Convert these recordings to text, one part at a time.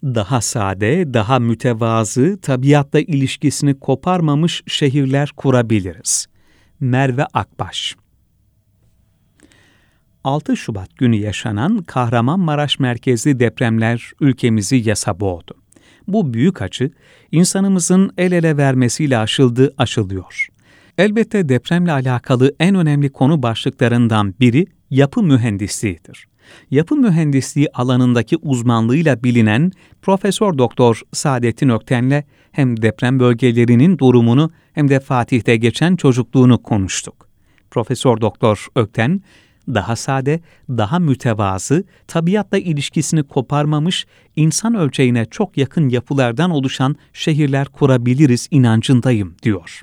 Daha sade, daha mütevazı, tabiatla ilişkisini koparmamış şehirler kurabiliriz. Merve Akbaş. 6 Şubat günü yaşanan Kahramanmaraş merkezli depremler ülkemizi yasa boğdu. Bu büyük acı, insanımızın el ele vermesiyle aşılıyor. Elbette depremle alakalı en önemli konu başlıklarından biri yapı mühendisliğidir. Yapı mühendisliği alanındaki uzmanlığıyla bilinen Profesör Doktor Saadettin Ökten'le hem deprem bölgelerinin durumunu hem de Fatih'te geçen çocukluğunu konuştuk. Profesör Doktor Ökten, daha sade, daha mütevazı, tabiatla ilişkisini koparmamış, insan ölçeğine çok yakın yapılardan oluşan şehirler kurabiliriz inancındayım, diyor.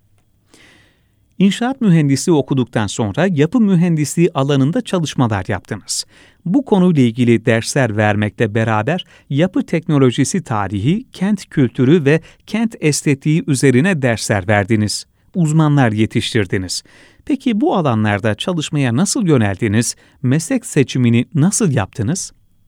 İnşaat mühendisliği okuduktan sonra yapı mühendisliği alanında çalışmalar yaptınız. Bu konuyla ilgili dersler vermekle beraber yapı teknolojisi tarihi, kent kültürü ve kent estetiği üzerine dersler verdiniz. Uzmanlar yetiştirdiniz. Peki bu alanlarda çalışmaya nasıl yöneldiniz? Meslek seçimini nasıl yaptınız?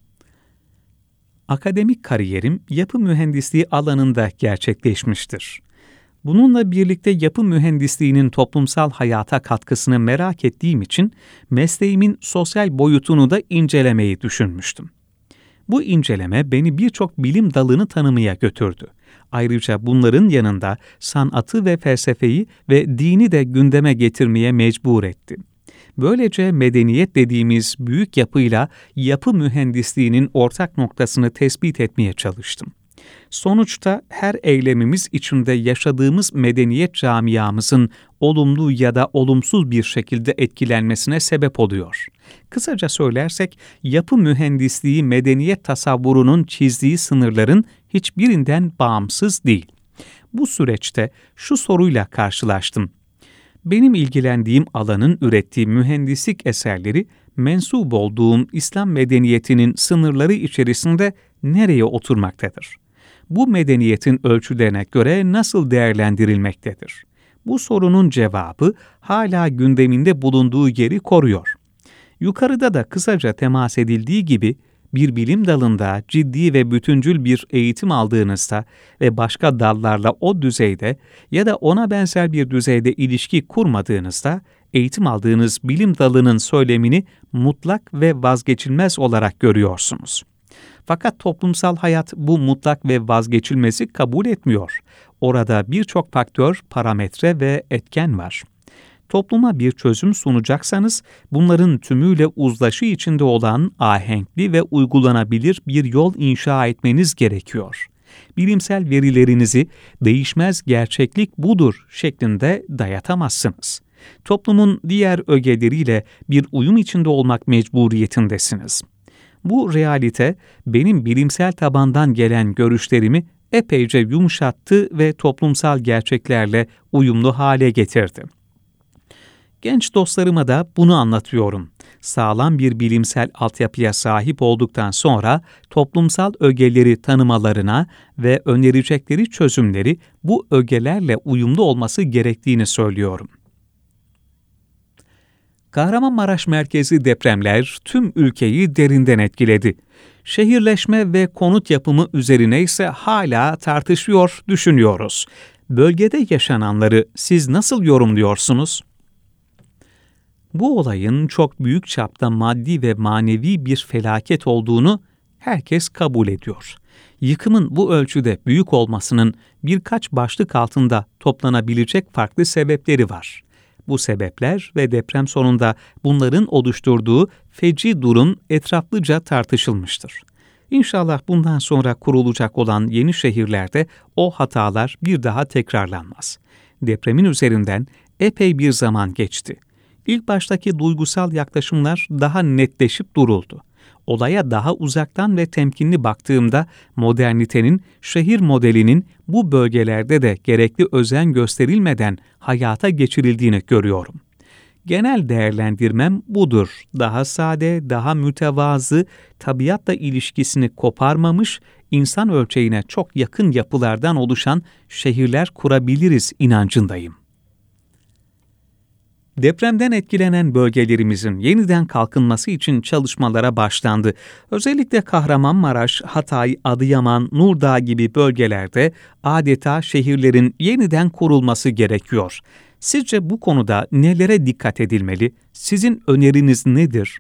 Akademik kariyerim yapı mühendisliği alanında gerçekleşmiştir. Bununla birlikte yapı mühendisliğinin toplumsal hayata katkısını merak ettiğim için mesleğimin sosyal boyutunu da incelemeyi düşünmüştüm. Bu inceleme beni birçok bilim dalını tanımaya götürdü. Ayrıca bunların yanında sanatı ve felsefeyi ve dini de gündeme getirmeye mecbur etti. Böylece medeniyet dediğimiz büyük yapıyla yapı mühendisliğinin ortak noktasını tespit etmeye çalıştım. Sonuçta her eylemimiz içinde yaşadığımız medeniyet camiamızın olumlu ya da olumsuz bir şekilde etkilenmesine sebep oluyor. Kısaca söylersek, yapı mühendisliği medeniyet tasavvurunun çizdiği sınırların hiçbirinden bağımsız değil. Bu süreçte şu soruyla karşılaştım. Benim ilgilendiğim alanın ürettiği mühendislik eserleri, mensup olduğum İslam medeniyetinin sınırları içerisinde nereye oturmaktadır? Bu medeniyetin ölçülerine göre nasıl değerlendirilmektedir? Bu sorunun cevabı hala gündeminde bulunduğu yeri koruyor. Yukarıda da kısaca temas edildiği gibi bir bilim dalında ciddi ve bütüncül bir eğitim aldığınızda ve başka dallarla o düzeyde ya da ona benzer bir düzeyde ilişki kurmadığınızda eğitim aldığınız bilim dalının söylemini mutlak ve vazgeçilmez olarak görüyorsunuz. Fakat toplumsal hayat bu mutlak ve vazgeçilmezi kabul etmiyor. Orada birçok faktör, parametre ve etken var. Topluma bir çözüm sunacaksanız, bunların tümüyle uzlaşı içinde olan ahenkli ve uygulanabilir bir yol inşa etmeniz gerekiyor. Bilimsel verilerinizi değişmez gerçeklik budur şeklinde dayatamazsınız. Toplumun diğer ögeleriyle bir uyum içinde olmak mecburiyetindesiniz. Bu realite benim bilimsel tabandan gelen görüşlerimi epeyce yumuşattı ve toplumsal gerçeklerle uyumlu hale getirdi. Genç dostlarıma da bunu anlatıyorum. Sağlam bir bilimsel altyapıya sahip olduktan sonra toplumsal ögeleri tanımalarına ve önerecekleri çözümleri bu ögelerle uyumlu olması gerektiğini söylüyorum. Kahramanmaraş merkezi depremler tüm ülkeyi derinden etkiledi. Şehirleşme ve konut yapımı üzerine ise hala tartışıyor, düşünüyoruz. Bölgede yaşananları siz nasıl yorumluyorsunuz? Bu olayın çok büyük çapta maddi ve manevi bir felaket olduğunu herkes kabul ediyor. Yıkımın bu ölçüde büyük olmasının birkaç başlık altında toplanabilecek farklı sebepleri var. Bu sebepler ve deprem sonunda bunların oluşturduğu feci durum etraflıca tartışılmıştır. İnşallah bundan sonra kurulacak olan yeni şehirlerde o hatalar bir daha tekrarlanmaz. Depremin üzerinden epey bir zaman geçti. İlk baştaki duygusal yaklaşımlar daha netleşip duruldu. Olaya daha uzaktan ve temkinli baktığımda modernitenin, şehir modelinin bu bölgelerde de gerekli özen gösterilmeden hayata geçirildiğini görüyorum. Genel değerlendirmem budur. Daha sade, daha mütevazı, tabiatla ilişkisini koparmamış, insan ölçeğine çok yakın yapılardan oluşan şehirler kurabiliriz inancındayım. Depremden etkilenen bölgelerimizin yeniden kalkınması için çalışmalara başlandı. Özellikle Kahramanmaraş, Hatay, Adıyaman, Nurdağ gibi bölgelerde adeta şehirlerin yeniden kurulması gerekiyor. Sizce bu konuda nelere dikkat edilmeli? Sizin öneriniz nedir?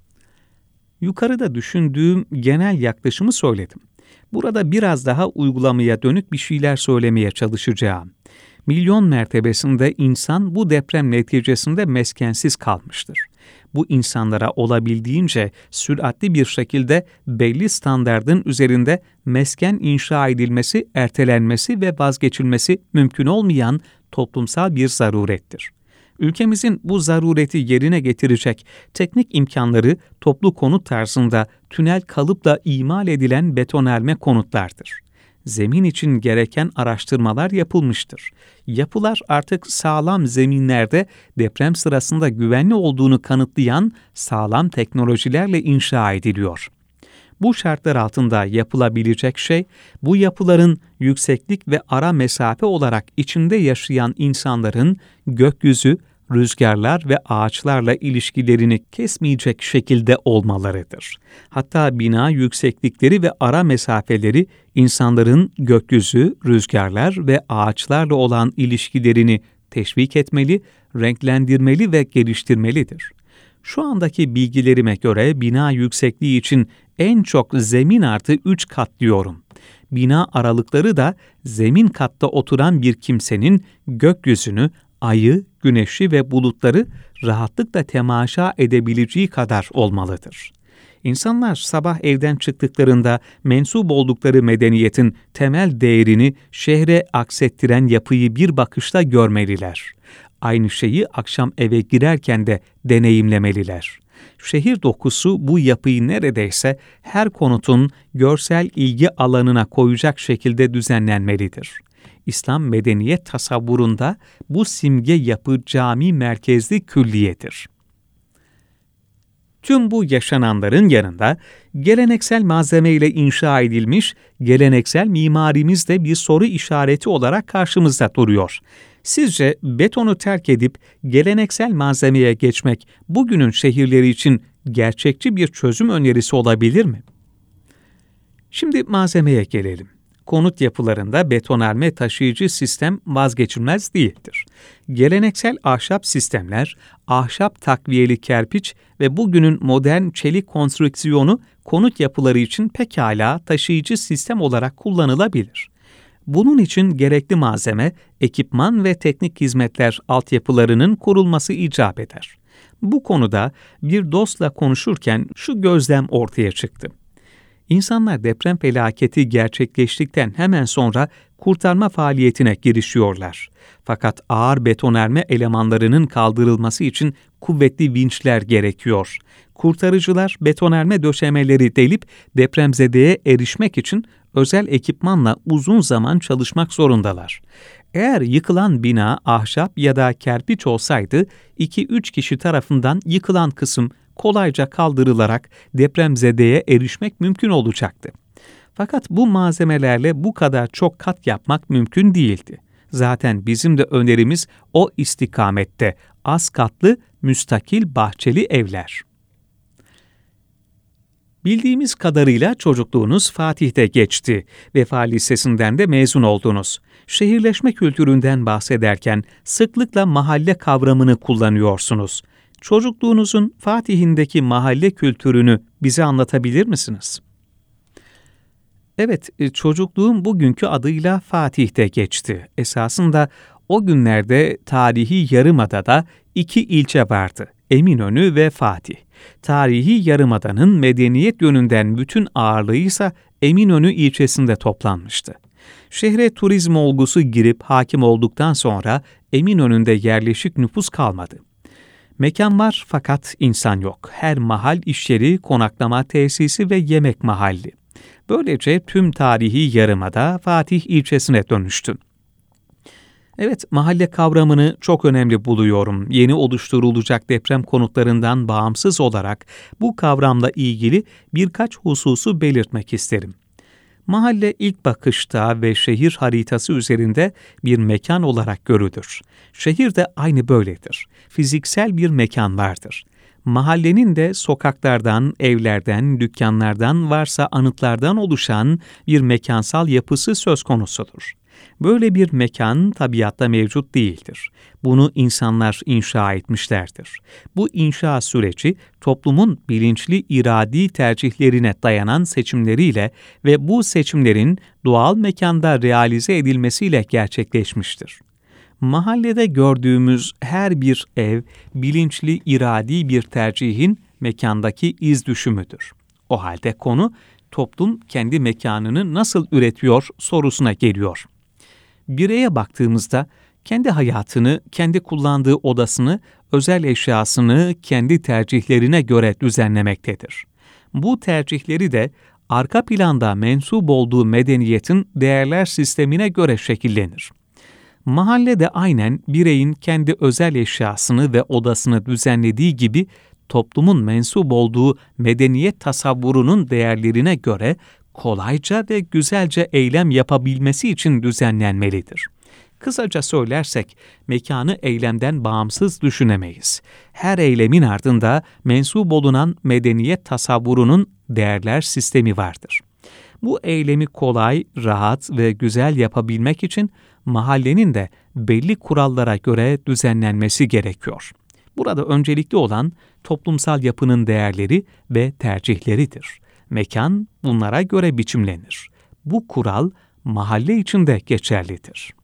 Yukarıda düşündüğüm genel yaklaşımı söyledim. Burada biraz daha uygulamaya dönük bir şeyler söylemeye çalışacağım. Milyon mertebesinde insan bu deprem neticesinde meskensiz kalmıştır. Bu insanlara olabildiğince süratli bir şekilde belli standardın üzerinde mesken inşa edilmesi, ertelenmesi ve vazgeçilmesi mümkün olmayan toplumsal bir zarurettir. Ülkemizin bu zarureti yerine getirecek teknik imkanları toplu konut tarzında tünel kalıpla imal edilen betonarme konutlardır. Zemin için gereken araştırmalar yapılmıştır. Yapılar artık sağlam zeminlerde deprem sırasında güvenli olduğunu kanıtlayan sağlam teknolojilerle inşa ediliyor. Bu şartlar altında yapılabilecek şey, bu yapıların yükseklik ve ara mesafe olarak içinde yaşayan insanların gökyüzü, rüzgarlar ve ağaçlarla ilişkilerini kesmeyecek şekilde olmalarıdır. Hatta bina yükseklikleri ve ara mesafeleri insanların gökyüzü, rüzgarlar ve ağaçlarla olan ilişkilerini teşvik etmeli, renklendirmeli ve geliştirmelidir. Şu andaki bilgilerime göre bina yüksekliği için en çok zemin artı 3 kat diyorum. Bina aralıkları da zemin katta oturan bir kimsenin gökyüzünü, ayı, güneşi ve bulutları rahatlıkla temaşa edebileceği kadar olmalıdır. İnsanlar sabah evden çıktıklarında mensup oldukları medeniyetin temel değerini şehre aksettiren yapıyı bir bakışta görmeliler. Aynı şeyi akşam eve girerken de deneyimlemeliler. Şehir dokusu bu yapıyı neredeyse her konutun görsel ilgi alanına koyacak şekilde düzenlenmelidir. İslam medeniyet tasavvurunda bu simge yapı cami merkezli külliyedir. Tüm bu yaşananların yanında geleneksel malzemeyle inşa edilmiş geleneksel mimarimiz de bir soru işareti olarak karşımızda duruyor. Sizce betonu terk edip geleneksel malzemeye geçmek bugünün şehirleri için gerçekçi bir çözüm önerisi olabilir mi? Şimdi malzemeye gelelim. Konut yapılarında betonarme taşıyıcı sistem vazgeçilmez değildir. Geleneksel ahşap sistemler, ahşap takviyeli kerpiç ve bugünün modern çelik konstrüksiyonu konut yapıları için pekala taşıyıcı sistem olarak kullanılabilir. Bunun için gerekli malzeme, ekipman ve teknik hizmetler altyapılarının kurulması icap eder. Bu konuda bir dostla konuşurken şu gözlem ortaya çıktı. İnsanlar deprem felaketi gerçekleştikten hemen sonra kurtarma faaliyetine girişiyorlar. Fakat ağır betonarme elemanlarının kaldırılması için kuvvetli vinçler gerekiyor. Kurtarıcılar betonarme döşemeleri delip depremzedeye erişmek için özel ekipmanla uzun zaman çalışmak zorundalar. Eğer yıkılan bina ahşap ya da kerpiç olsaydı 2-3 kişi tarafından yıkılan kısım kolayca kaldırılarak depremzedeye erişmek mümkün olacaktı. Fakat bu malzemelerle bu kadar çok kat yapmak mümkün değildi. Zaten bizim de önerimiz o istikamette az katlı, müstakil bahçeli evler. Bildiğimiz kadarıyla çocukluğunuz Fatih'te geçti. Vefa Lisesi'nden de mezun oldunuz. Şehirleşme kültüründen bahsederken sıklıkla mahalle kavramını kullanıyorsunuz. Çocukluğunuzun Fatih'indeki mahalle kültürünü bize anlatabilir misiniz? Evet, çocukluğum bugünkü adıyla Fatih'te geçti. Esasında o günlerde tarihi Yarımada'da 2 ilçe vardı. Eminönü ve Fatih. Tarihi Yarımada'nın medeniyet yönünden bütün ağırlığı ise Eminönü ilçesinde toplanmıştı. Şehre turizm olgusu girip hakim olduktan sonra Eminönü'nde yerleşik nüfus kalmadı. Mekan var fakat insan yok. Her mahal iş yeri, konaklama tesisi ve yemek mahalli. Böylece tüm tarihi Yarımada Fatih ilçesine dönüştü. Evet, mahalle kavramını çok önemli buluyorum. Yeni oluşturulacak deprem konutlarından bağımsız olarak bu kavramla ilgili birkaç hususu belirtmek isterim. Mahalle ilk bakışta ve şehir haritası üzerinde bir mekan olarak görülür. Şehir de aynı böyledir. Fiziksel bir mekan vardır. Mahallenin de sokaklardan, evlerden, dükkanlardan, varsa anıtlardan oluşan bir mekansal yapısı söz konusudur. Böyle bir mekan tabiatta mevcut değildir. Bunu insanlar inşa etmişlerdir. Bu inşa süreci toplumun bilinçli iradi tercihlerine dayanan seçimleriyle ve bu seçimlerin doğal mekanda realize edilmesiyle gerçekleşmiştir. Mahallede gördüğümüz her bir ev, bilinçli iradi bir tercihin mekandaki iz düşümüdür. O halde konu, toplum kendi mekanını nasıl üretiyor sorusuna geliyor. Bireye baktığımızda, kendi hayatını, kendi kullandığı odasını, özel eşyasını kendi tercihlerine göre düzenlemektedir. Bu tercihleri de arka planda mensup olduğu medeniyetin değerler sistemine göre şekillenir. Mahallede aynen bireyin kendi özel eşyasını ve odasını düzenlediği gibi toplumun mensup olduğu medeniyet tasavvurunun değerlerine göre kolayca ve güzelce eylem yapabilmesi için düzenlenmelidir. Kısaca söylersek, mekanı eylemden bağımsız düşünemeyiz. Her eylemin ardında mensup olunan medeniyet tasavvurunun değerler sistemi vardır. Bu eylemi kolay, rahat ve güzel yapabilmek için mahallenin de belli kurallara göre düzenlenmesi gerekiyor. Burada öncelikli olan toplumsal yapının değerleri ve tercihleridir. Mekan bunlara göre biçimlenir. Bu kural mahalle için de geçerlidir.